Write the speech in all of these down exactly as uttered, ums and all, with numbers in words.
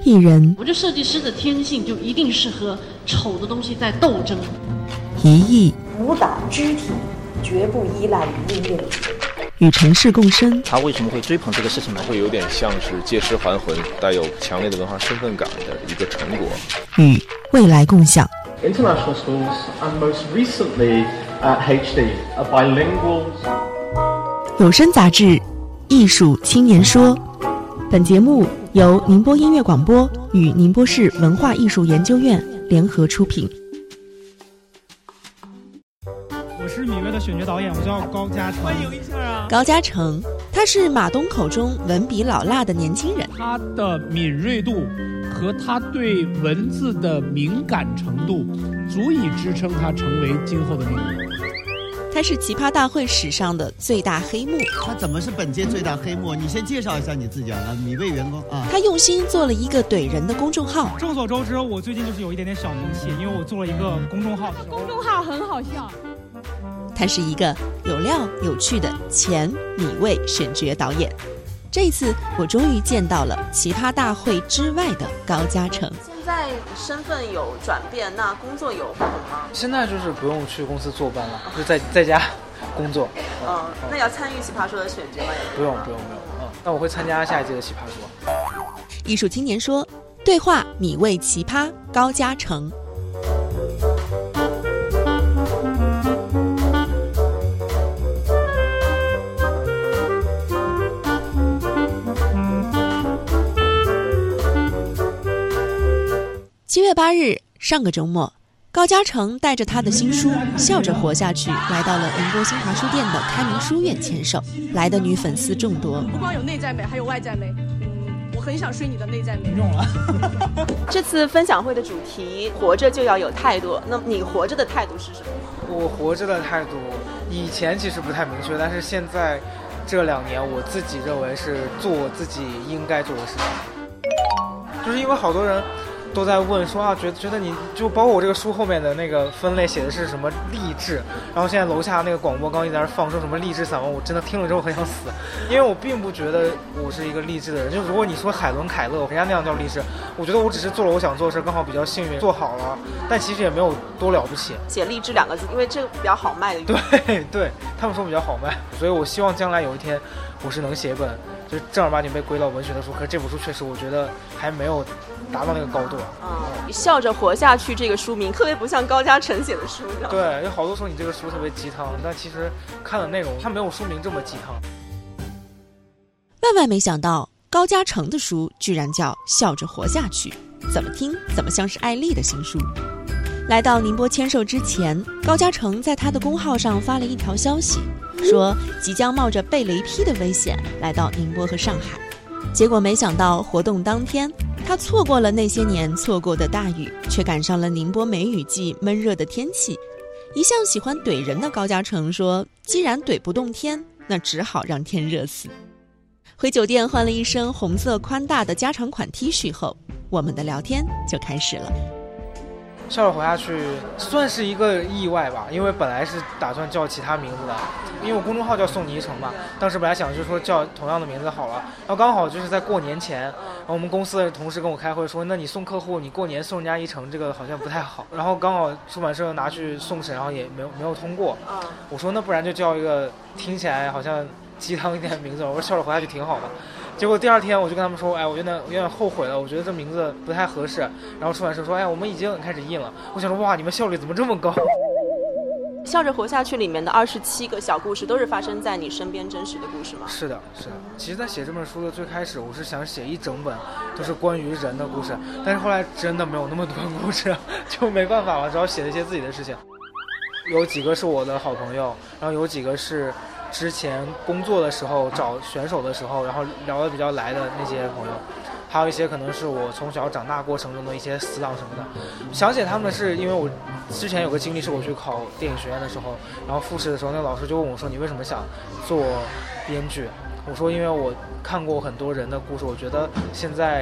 艺人， 我觉得设计师的天性就一定是和丑的东西在斗争。 一艺， 舞蹈肢体绝不依赖于音乐， 与城市共生。 他为什么会追捧这个事情呢？会有点像是借尸还魂，带有强烈的文化身份感的一个成果。 与未来共享。 International schools and most recently at H D are bilingual. 有声杂志《艺术青年说》，本节目由宁波音乐广播与宁波市文化艺术研究院联合出品。 我是米未的选角导演，我叫高嘉诚。 欢迎一下啊！ 高嘉诚，他是马东口中文笔老辣的年轻人。 他的敏锐度和他对文字的敏感程度，足以支撑他成为今后的名人。 他是奇葩大会史上的最大黑幕。 他怎么是本届最大黑幕？你先介绍一下你自己啊，米未员工啊。 他用心做了一个怼人的公众号。 众所周知，我最近就是有一点点小名气，因为我做了一个公众号。 公众号很好笑。 他是一个有料有趣的前米未选角导演。这一次我终于见到了奇葩大会之外的高嘉诚。 现在身份有转变，那工作有不同吗？ 现在就是不用去公司坐班了，就在在家工作。 嗯，那要参与奇葩说的选角吗？ 不用不用不用。嗯，那我会参加下一届的奇葩说。 艺术青年说，对话米未奇葩高嘉诚。七月八日，上个周末，高嘉诚带着他的新书《笑着活下去》来到了宁波新华书店的开明书院签售，来的女粉丝众多。 不光有内在美，还有外在美。嗯，我很想睡你的内在美。 用了。 这次分享会的主题活着就要有态度，那么你活着的态度是什么？ 我活着的态度以前其实不太明确，但是现在这两年我自己认为是做我自己应该做的事情。就是因为好多人都在问说啊，觉得觉得你就包括我这个书后面的那个分类写的是什么励志，然后现在楼下那个广播刚一直在那放说什么励志散文，我真的听了之后很想死，因为我并不觉得我是一个励志的人。就如果你说海伦凯勒，人家那样叫励志，我觉得我只是做了我想做的事，刚好比较幸运做好了，但其实也没有多了不起。 写励志两个字，因为这个比较好卖的。 对对，他们说比较好卖，所以我希望将来有一天我是能写一本就是正儿八经被归到文学的书，可是这本书确实我觉得还没有达到那个高度。 嗯，笑着活下去这个书名特别不像高嘉诚写的书。 对，有好多说你这个书特别鸡汤，但其实看了内容它没有书名这么鸡汤。 万万没想到高嘉诚的书居然叫笑着活下去，怎么听怎么像是艾丽的新书。来到宁波签售之前，高嘉诚在他的公号上发了一条消息，说即将冒着被雷劈的危险来到宁波和上海。结果没想到活动当天，他错过了那些年错过的大雨，却赶上了宁波梅雨季闷热的天气。一向喜欢怼人的高嘉诚说，既然怼不动天，那只好让天热死。回酒店换了一身红色宽大的加长款 T 恤后，我们的聊天就开始了。 笑着活下去算是一个意外吧，因为本来是打算叫其他名字的，因为我公众号叫送你一程嘛，当时本来想就说叫同样的名字好了，然后刚好就是在过年前，然后我们公司的同事跟我开会说，那你送客户你过年送人家一程这个好像不太好，然后刚好出版社拿去送审，然后也没有没有通过，我说那不然就叫一个听起来好像鸡汤一点的名字，我说笑着活下去挺好的。结果第二天我就跟他们说，哎，我有点有点后悔了，我觉得这名字不太合适。然后出版社说，哎，我们已经开始印了。我想说，哇，你们效率怎么这么高？ 笑着活下去里面的二十七个小故事都是发生在你身边真实的故事吗？ 是的，是的。其实在写这本书的最开始，我是想写一整本都是关于人的故事，但是后来真的没有那么多故事，就没办法了，只好写了一些自己的事情。有几个是我的好朋友，然后有几个是之前工作的时候找选手的时候，然后聊得比较来的那些朋友，还有一些可能是我从小长大过程中的一些死党什么的。想写他们是因为我之前有个经历，是我去考电影学院的时候，然后复试的时候，那个老师就问我说，你为什么想做编剧？我说因为我看过很多人的故事，我觉得现在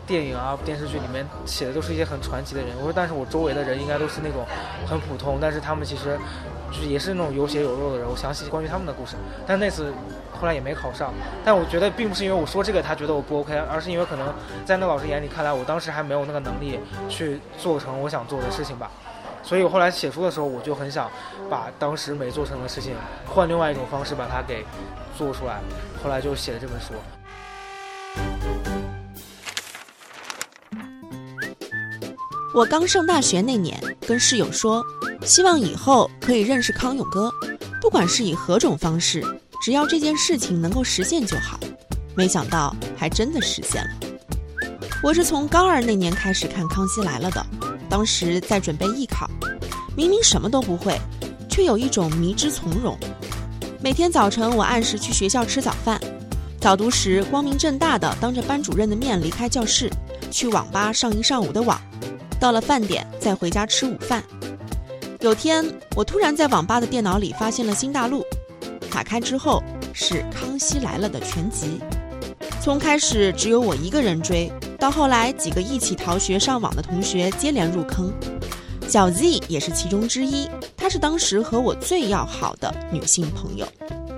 电影啊电视剧里面写的都是一些很传奇的人，我说但是我周围的人应该都是那种很普通，但是他们其实就是也是那种有血有肉的人，我详细关于他们的故事，但那次后来也没考上。但我觉得并不是因为我说这个他觉得我不 OK， 而是因为可能在那老师眼里看来我当时还没有那个能力去做成我想做的事情吧。所以我后来写书的时候，我就很想把当时没做成的事情换另外一种方式把它给做出来，后来就写了这本书。 我刚上大学那年，跟室友说，希望以后可以认识康永哥，不管是以何种方式，只要这件事情能够实现就好。没想到还真的实现了。我是从高二那年开始看《康熙来了》的，当时在准备艺考，明明什么都不会，却有一种迷之从容。每天早晨我按时去学校吃早饭，早读时光明正大的当着班主任的面离开教室，去网吧上一上午的网，到了饭点再回家吃午饭。有天我突然在网吧的电脑里发现了新大陆，打开之后是《康熙来了》的全集。从开始只有我一个人追，到后来几个一起逃学上网的同学接连入坑，小 Z 也是其中之一，她是当时和我最要好的女性朋友。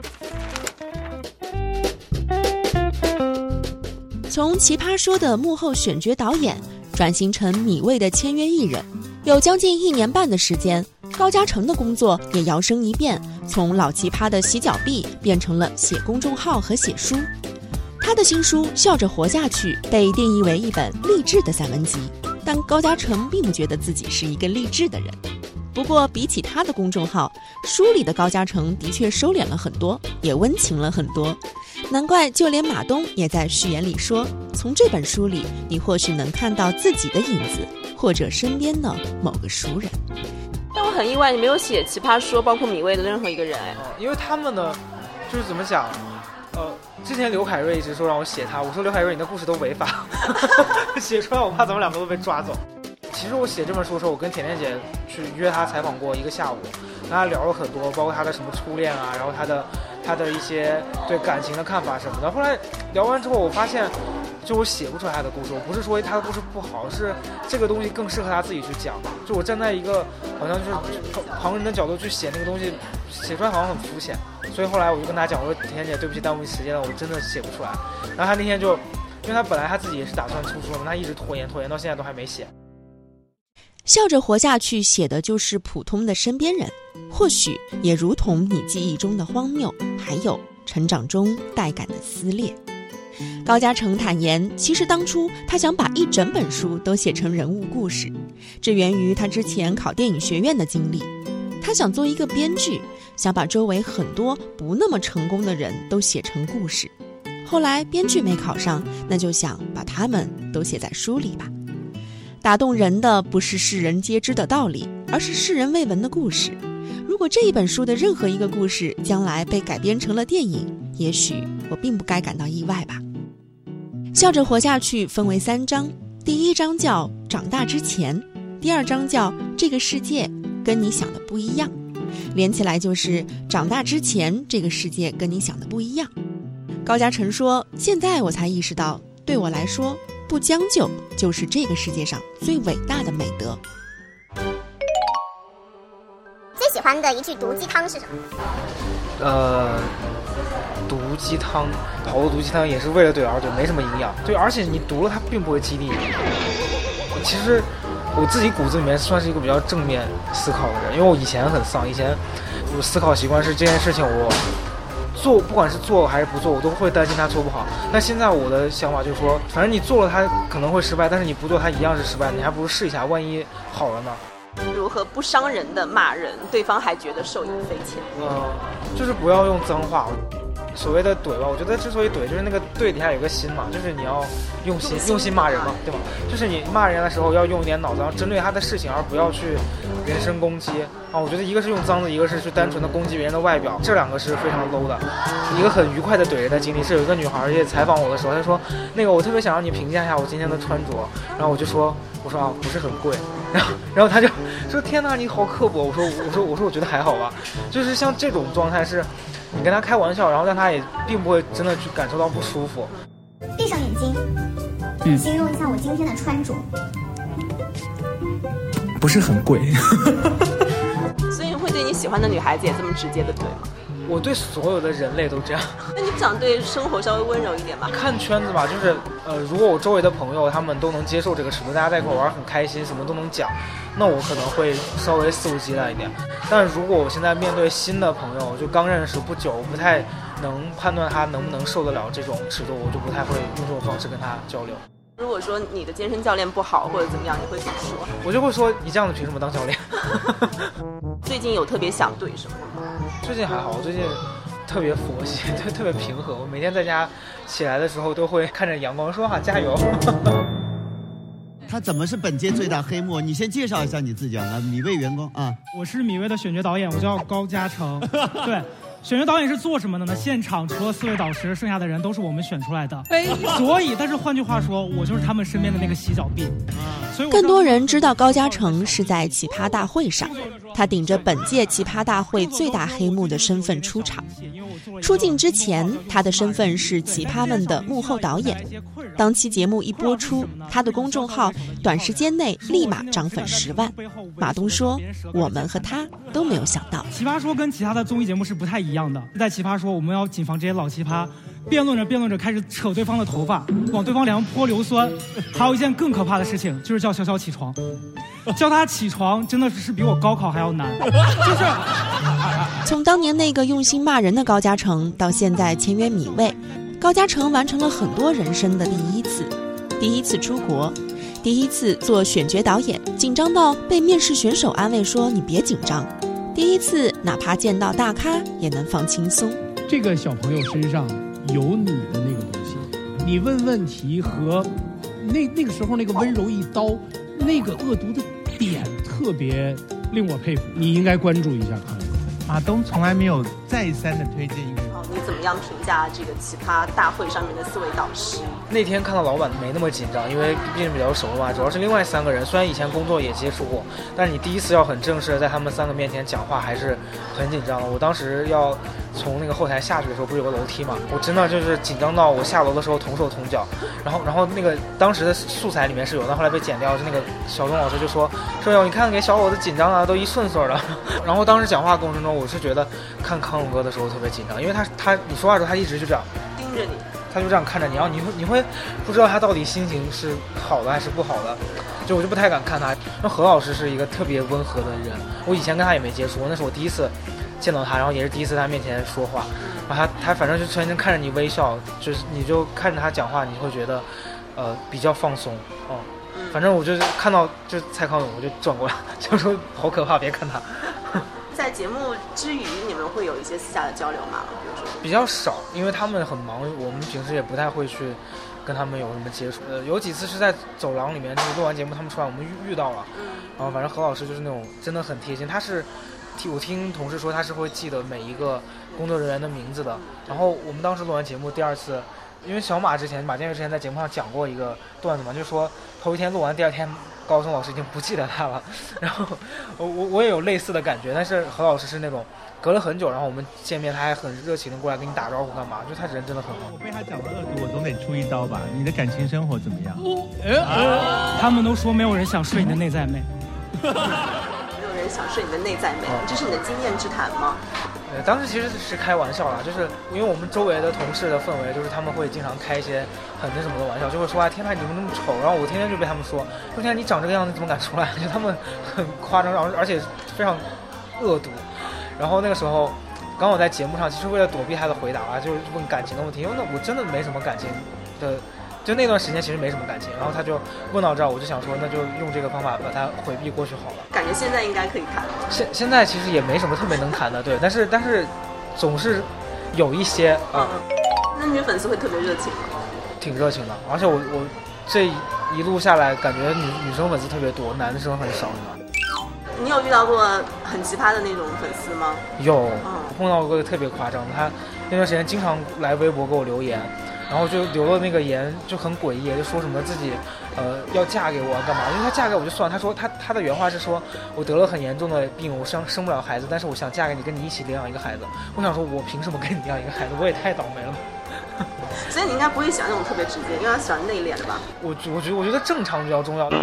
从奇葩说的幕后选角导演转型成米未的签约艺人，有将近一年半的时间，高嘉诚的工作也摇身一变，从老奇葩的洗脚婢变成了写公众号和写书。他的新书《笑着活下去》被定义为一本励志的散文集，但高嘉诚并不觉得自己是一个励志的人。不过比起他的公众号，书里的高嘉诚的确收敛了很多，也温情了很多。难怪就连马东也在序言里说，从这本书里你或许能看到自己的影子，或者身边的某个熟人。 但我很意外你没有写奇葩说包括米未的任何一个人。哎， 因为他们呢就是怎么讲，呃，之前刘恺瑞一直说让我写他，我说刘恺瑞你的故事都违法写出来我怕咱们两个都被抓走。其实我写这本书的时候，我跟甜甜姐去约她采访过一个下午，跟她聊了很多，包括她的什么初恋啊，然后她的她的一些对感情的看法什么的。后来聊完之后，我发现就我写不出来她的故事，我不是说她的故事不好，是这个东西更适合她自己去讲。就我站在一个好像就是旁人的角度去写那个东西，写出来好像很肤浅。所以后来我就跟她讲，我说甜甜姐对不起耽误你时间了，我真的写不出来。然后她那天就因为她本来她自己也是打算出书的嘛，她一直拖延拖延到现在都还没写。 笑着活下去写的就是普通的身边人，或许也如同你记忆中的荒谬，还有成长中带感的撕裂。高嘉诚坦言，其实当初他想把一整本书都写成人物故事，这源于他之前考电影学院的经历。他想做一个编剧，想把周围很多不那么成功的人都写成故事。后来编剧没考上，那就想把他们都写在书里吧。打动人的不是世人皆知的道理，而是世人未闻的故事。如果这一本书的任何一个故事将来被改编成了电影，也许我并不该感到意外吧。笑着活下去分为三章，第一章叫长大之前，第二章叫这个世界跟你想的不一样，连起来就是长大之前这个世界跟你想的不一样。高嘉诚说，现在我才意识到，对我来说不将就就是这个世界上最伟大的美德。 最喜欢的一句毒鸡汤是什么？ 呃，毒鸡汤，好多毒鸡汤也是为了怼而怼，没什么营养。对，而且你读了它并不会激励你。其实我自己骨子里面算是一个比较正面思考的人，因为我以前很丧，以前我思考习惯是这件事情我做，不管是做还是不做，我都会担心它做不好。但现在我的想法就是说，反正你做了它可能会失败，但是你不做它一样是失败，你还不如试一下，万一好了呢？ 如何不伤人的骂人，对方还觉得受益匪浅？ 嗯、呃，就是不要用脏话。所谓的怼吧，我觉得之所以怼，就是那个对底下有个心嘛，就是你要用心用心骂人嘛，对吧？就是你骂人的时候要用一点脑子，然后针对他的事情，而不要去人身攻击啊。我觉得一个是用脏的，一个是去单纯的攻击别人的外表，这两个是非常 low 的。一个很愉快的怼人的经历是有一个女孩也采访我的时候，她说那个我特别想让你评价一下我今天的穿着，然后我就说我说啊不是很贵，然后然后她就说天哪你好刻薄，我说我说我说我觉得还好吧，就是像这种状态是。你跟他开玩笑，然后但他也并不会真的去感受到不舒服。 闭上眼睛， 嗯，形容一下我今天的穿着。 不是很贵。 所以会对你喜欢的女孩子也这么直接的对吗？ 我对所有的人类都这样。 那你不想对生活稍微温柔一点吗？ 看圈子吧，就是呃，如果我周围的朋友他们都能接受这个尺度，大家在一块玩很开心，什么都能讲，那我可能会稍微肆无忌惮一点。但如果我现在面对新的朋友，就刚认识不久，我不太能判断他能不能受得了这种尺度，我就不太会用这种方式跟他交流。 如果说你的健身教练不好或者怎么样，你会怎么说？ 我就会说你这样子凭什么当教练？ 最近有特别想对什么吗？ 最近还好，我最近特别佛系，特特别平和。我每天在家起来的时候都会看着阳光说哈加油。 他怎么是本届最大黑幕？你先介绍一下你自己啊，米味员工啊。 我是米味的选角导演，我叫高嘉诚。对。选角导演是做什么的呢？现场除了四位导师，剩下的人都是我们选出来的。哎，所以，但是换句话说，我就是他们身边的那个洗脚婢。所以， 更多人知道高嘉诚是在奇葩大会上，他顶着本届奇葩大会最大黑幕的身份出场。出镜之前，他的身份是奇葩们的幕后导演。当期节目一播出，他的公众号短时间内立马涨粉十万。马东说：“我们和他都没有想到， 奇葩说跟其他的综艺节目是不太一样的。在奇葩说，我们要谨防这些老奇葩，辩论着辩论着开始扯对方的头发，往对方脸上泼硫酸。还有一件更可怕的事情，就是叫潇潇起床。叫他起床真的是比我高考还要难。就是从当年那个用心骂人的高嘉诚，到现在签约米味，高嘉诚完成了很多人生的第一次：第一次出国，第一次做选角导演，紧张到被面试选手安慰说你别紧张；第一次哪怕见到大咖也能放轻松。 这个小朋友身上有你的那个东西，你问问题和那那个时候那个温柔一刀，那个恶毒的点特别令我佩服，你应该关注一下看。 马东从来没有再三的推荐一个。 好，你怎么样评价这个奇葩大会上面的四位导师？ 那天看到老板没那么紧张，因为毕竟比较熟嘛。主要是另外三个人，虽然以前工作也接触过，但是你第一次要很正式的在他们三个面前讲话，还是很紧张的。我当时要从那个后台下去的时候，不是有个楼梯嘛？我真的就是紧张到我下楼的时候同手同脚。然后，然后那个当时的素材里面是有，但后来被剪掉。就那个小钟老师就说：“说哟，你看给小伙子紧张啊，都一顺顺的。”然后当时讲话过程中，我是觉得看康永哥的时候特别紧张，因为他他你说话的时候他一直就这样盯着你。 他就这样看着你，然后你会你会不知道他到底心情是好的还是不好的，就我就不太敢看他。那何老师是一个特别温和的人，我以前跟他也没接触，那是我第一次见到他，然后也是第一次在他面前说话，然后他他反正就全程看着你微笑，就是你就看着他讲话，你会觉得呃比较放松哦、嗯。反正我就看到就蔡康永，我就转过来就说好可怕，别看他。 在节目之余，你们会有一些私下的交流吗？比如说比较少，因为他们很忙，我们平时也不太会去跟他们有什么接触。呃，有几次是在走廊里面，就是录完节目他们出来，我们遇遇到了。然后反正何老师就是那种真的很贴心，他是，我听同事说他是会记得每一个工作人员的名字的。然后我们当时录完节目第二次，因为小马之前马建岳之前在节目上讲过一个段子嘛，就是说头一天录完，第二天高中老师已经不记得他了。然后我我我也有类似的感觉，但是何老师是那种隔了很久，然后我们见面，他还很热情的过来跟你打招呼干嘛，就他人真的很好。 我被他讲了恶毒，我总得出一刀吧。你的感情生活怎么样？ 呃、他们都说没有人想睡你的内在美。 没有人想睡你的内在美，这是你的经验之谈吗？ 呃，当时其实是开玩笑啦，就是因为我们周围的同事的氛围，就是他们会经常开一些很那什么的玩笑，就会说啊，天哪，你怎么那么丑？然后我天天就被他们说，说天哪，你长这个样子，你怎么敢出来？就他们很夸张，然后而且非常恶毒。然后那个时候，刚好在节目上，其实为了躲避他的回答啊，就是问感情的问题，因为那我真的没什么感情的。就那段时间其实没什么感情，然后他就问到这儿，我就想说那就用这个方法把它回避过去好了。 感觉现在应该可以谈。 现现在其实也没什么特别能谈的，对，但是但是总是有一些啊、嗯。 那女粉丝会特别热情吗？ 挺热情的，而且我我这一路下来，感觉女女生粉丝特别多，男生很少。 你有遇到过很奇葩的那种粉丝吗？ 有，嗯、碰到过特别夸张的，他那段时间经常来微博给我留言。然后就留了那个言，就很诡异，就说什么自己，呃，要嫁给我干嘛？因为他嫁给我就算，他说他他的原话是说，我得了很严重的病，我生生不了孩子，但是我想嫁给你，跟你一起领养一个孩子。我想说，我凭什么跟你领养一个孩子？我也太倒霉了。 所以你应该不会喜欢那种特别直接，因为喜欢内敛的吧？ 我我觉得我觉得正常比较重要。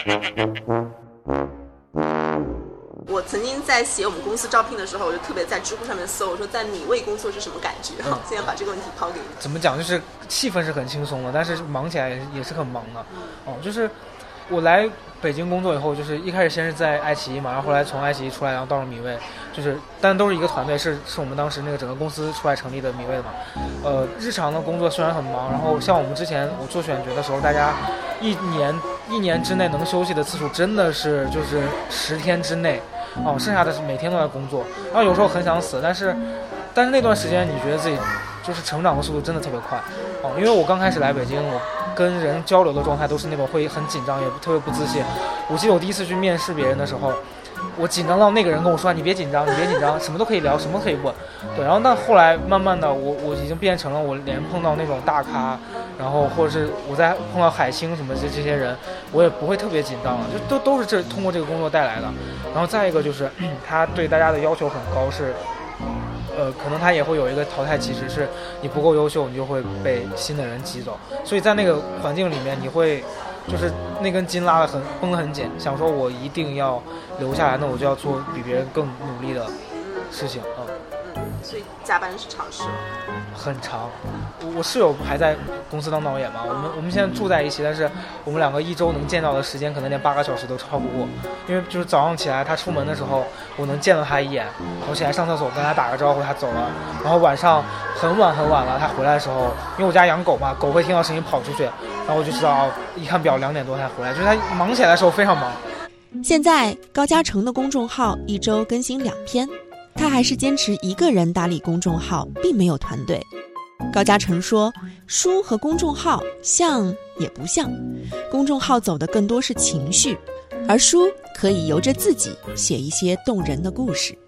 我曾经在写我们公司招聘的时候，我就特别在知乎上面搜，我说在米味工作是什么感觉？嗯、现在把这个问题抛给你。 怎么讲？就是气氛是很轻松的，但是忙起来也是很忙的。哦，就是我来北京工作以后，就是一开始先是在爱奇艺嘛，然后后来从爱奇艺出来，然后到了米味，就是但都是一个团队，是是我们当时那个整个公司出来成立的米味的嘛。呃，日常的工作虽然很忙，然后像我们之前我做选角的时候，大家一年一年之内能休息的次数真的是就是十天之内。哦，剩下的是每天都在工作，然后有时候很想死，但是，但是那段时间你觉得自己就是成长的速度真的特别快，哦，因为我刚开始来北京，我跟人交流的状态都是那种会很紧张，也特别不自信。我记得我第一次去面试别人的时候，我紧张到那个人跟我说：“你别紧张，你别紧张，什么都可以聊，什么都可以问。”对，然后但后来慢慢的，我我已经变成了我连碰到那种大咖，然后或者是我在碰到海星什么这这些人，我也不会特别紧张了，就都都是这通过这个工作带来的。然后再一个就是，嗯、他对大家的要求很高，是，呃，可能他也会有一个淘汰机制，是你不够优秀，你就会被新的人挤走。所以在那个环境里面，你会就是那根筋拉得很绷得很紧，想说我一定要留下来，那我就要做比别人更努力的事情啊。 嗯，所以加班是常事。 很长，我我室友还在公司当导演嘛，我们我们现在住在一起，但是我们两个一周能见到的时间可能连八个小时都超不过，因为就是早上起来他出门的时候，我能见到他一眼，我起来上厕所跟他打个招呼，他走了，然后晚上很晚很晚了，他回来的时候，因为我家养狗嘛，狗会听到声音跑出去，然后我就知道，哦，一看表两点多才回来，就是他忙起来的时候非常忙。 现在高嘉诚的公众号一周更新两篇。他还是坚持一个人打理公众号，并没有团队。高嘉诚说，书和公众号像也不像，公众号走的更多是情绪，而书可以由着自己写一些动人的故事。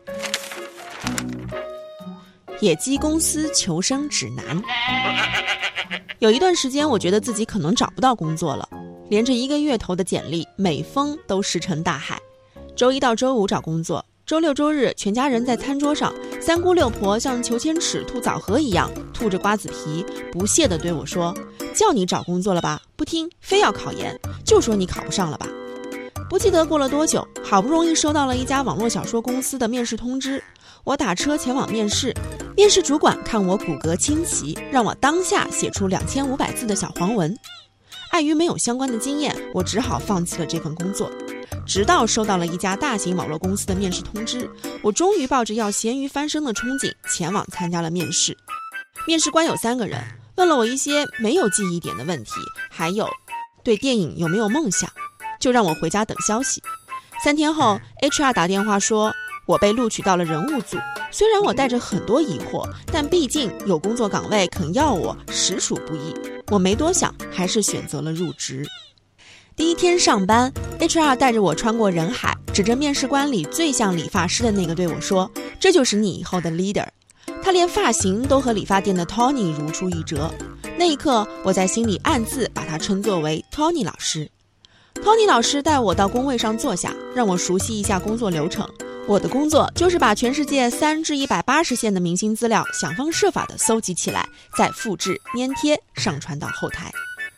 野鸡公司求生指南。有一段时间我觉得自己可能找不到工作了，连着一个月投的简历每封都石沉大海。周一到周五找工作，周六周日全家人在餐桌上，三姑六婆像裘千尺吐枣核一样吐着瓜子皮，不屑地对我说，叫你找工作了吧，不听，非要考研，就说你考不上了吧。不记得过了多久，好不容易收到了一家网络小说公司的面试通知，我打车前往面试，面试主管看我骨骼清奇，让我当下写出两千五百字的小黄文。碍于没有相关的经验，我只好放弃了这份工作。直到收到了一家大型网络公司的面试通知，我终于抱着要咸鱼翻身的憧憬前往参加了面试。面试官有三个人，问了我一些没有记忆点的问题，还有对电影有没有梦想，就让我回家等消息。三天后 H R 打电话说我被录取到了人物组，虽然我带着很多疑惑，但毕竟有工作岗位肯要我，实属不易。我没多想，还是选择了入职。第一天上班 H R 带着我穿过人海，指着面试官里最像理发师的那个对我说，这就是你以后的 leader。 他连发型都和理发店的 Tony 如出一辙。那一刻我在心里暗自把他称作为 Tony 老师。 Tony 老师带我到工位上坐下，让我熟悉一下工作流程。我的工作就是把全世界三至一百八十线的明星资料想方设法地搜集起来，再复制粘贴上传到后台。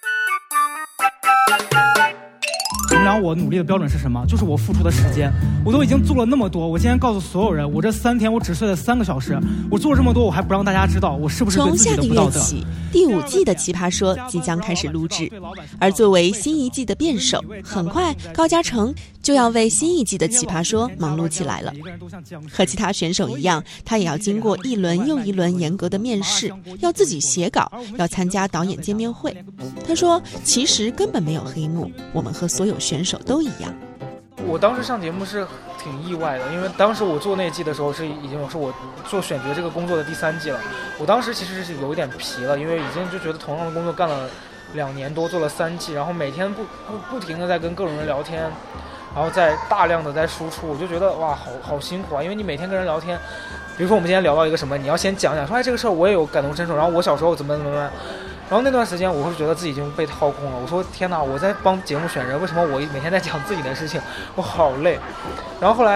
衡量我努力的标准是什么？就是我付出的时间。我都已经做了那么多，我今天告诉所有人，我这三天我只睡了三个小时，我做了这么多，我还不让大家知道，我是不是对自己的不道德？ 从下个月起，第五季的奇葩说即将开始录制，而作为新一季的辩手，很快高嘉诚就要为新一季的奇葩说忙碌起来了。和其他选手一样，他也要经过一轮又一轮严格的面试，要自己写稿，要参加导演见面会。他说，其实根本没有黑幕，我们和所有选手都一样。 我当时上节目是挺意外的，因为当时我做那季的时候是已经是我做选角这个工作的第三季了。我当时其实是有一点疲了，因为已经就觉得同样的工作干了两年多，做了三季，然后每天不不不停的在跟各种人聊天，然后在大量的在输出，我就觉得哇，好好辛苦啊！因为你每天跟人聊天，比如说我们今天聊到一个什么，你要先讲讲说，哎，这个事儿我也有感同身受，然后我小时候怎么怎么怎么。然后那段时间我会觉得自己已经被掏空了，我说天哪，我在帮节目选人，为什么我每天在讲自己的事情，我好累。然后后来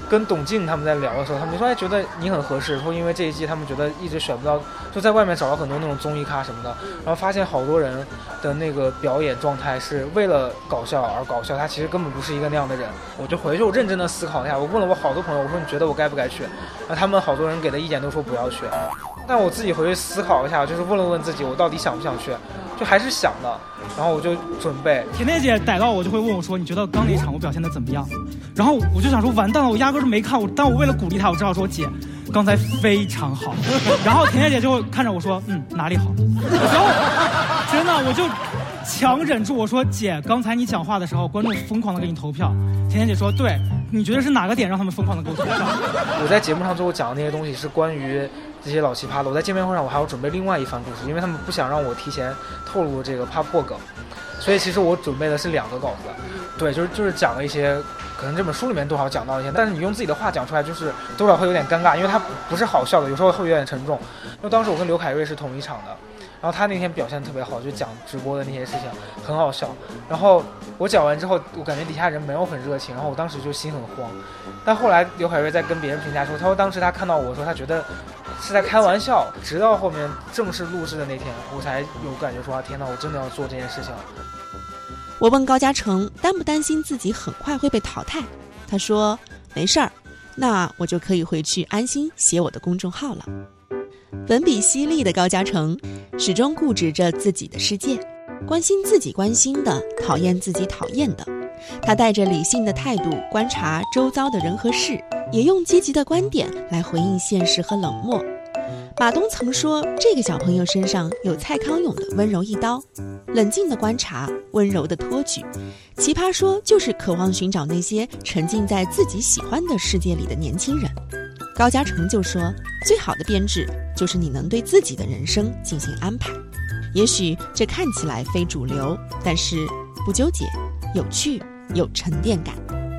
跟董静他们在聊的时候，他们说哎觉得你很合适，说因为这一季他们觉得一直选不到，就在外面找到很多那种综艺咖什么的，然后发现好多人的那个表演状态是为了搞笑而搞笑，他其实根本不是一个那样的人。我就回去我认真的思考一下，我问了我好多朋友，我说你觉得我该不该去？那他们好多人给的意见都说不要去，但我自己回去思考一下，就是问了问自己，我到底想不想去，就还是想的。然后我就准备。 甜甜姐逮到我就会问我说：“你觉得刚那场我表现的怎么样？”然后我就想说完蛋了，我压根儿没看，我但我为了鼓励她，我只好说姐，刚才非常好。然后甜甜姐就看着我说：“嗯，哪里好？”然后真的我就强忍住我说：“姐，刚才你讲话的时候，观众疯狂的给你投票。”甜甜姐说：“对，你觉得是哪个点让他们疯狂的给我投票？” 我在节目上最后讲的那些东西是关于这些老奇葩的，我在见面会上我还要准备另外一番故事，因为他们不想让我提前透露这个，怕破梗，所以其实我准备的是两个稿子，对，就是就是讲了一些可能这本书里面多少讲到一些，但是你用自己的话讲出来，就是多少会有点尴尬，因为它不是好笑的，有时候会有点沉重。因为当时我跟刘凯瑞是同一场的，然后他那天表现特别好，就讲直播的那些事情很好笑。然后我讲完之后，我感觉底下人没有很热情，然后我当时就心很慌。但后来刘凯瑞在跟别人评价说，他说当时他看到我说他觉得是在开玩笑，直到后面正式录制的那天，我才有感觉说啊，天哪，我真的要做这件事情。 我问高嘉诚担不担心自己很快会被淘汰，他说没事儿，那我就可以回去安心写我的公众号了。文笔犀利的高嘉诚始终固执着自己的世界，关心自己关心的，讨厌自己讨厌的。他带着理性的态度观察周遭的人和事，也用积极的观点来回应现实和冷漠。马东曾说，这个小朋友身上有蔡康永的温柔一刀，冷静的观察，温柔的托举。奇葩说就是渴望寻找那些沉浸在自己喜欢的世界里的年轻人。高嘉诚就说，最好的编制就是你能对自己的人生进行安排。也许这看起来非主流，但是不纠结，有趣，有沉淀感。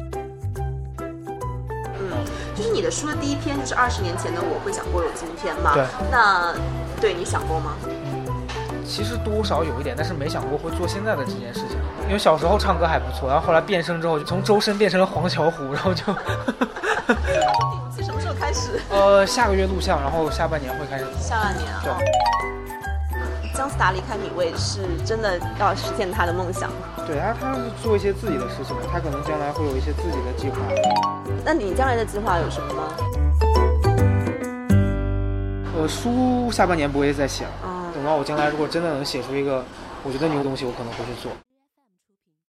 就是你的书的第一篇就是二十年前的我会想过有今天嘛？ 对。 那对你想过吗？ 其实多少有一点，但是没想过会做现在的这件事情。因为小时候唱歌还不错，然后后来变声之后，就从周深变成了黄小琥，然后就。 是什么时候开始？ 呃，下个月录像，然后下半年会开始。 下半年啊。 对。 姜思达离开米未是真的要实现他的梦想。 对啊，他是做一些自己的事情，他可能将来会有一些自己的计划。 那你将来的计划有什么吗？ 呃，书下半年不会再写了，嗯、等到我将来如果真的能写出一个我觉得牛的东西，我可能会去做。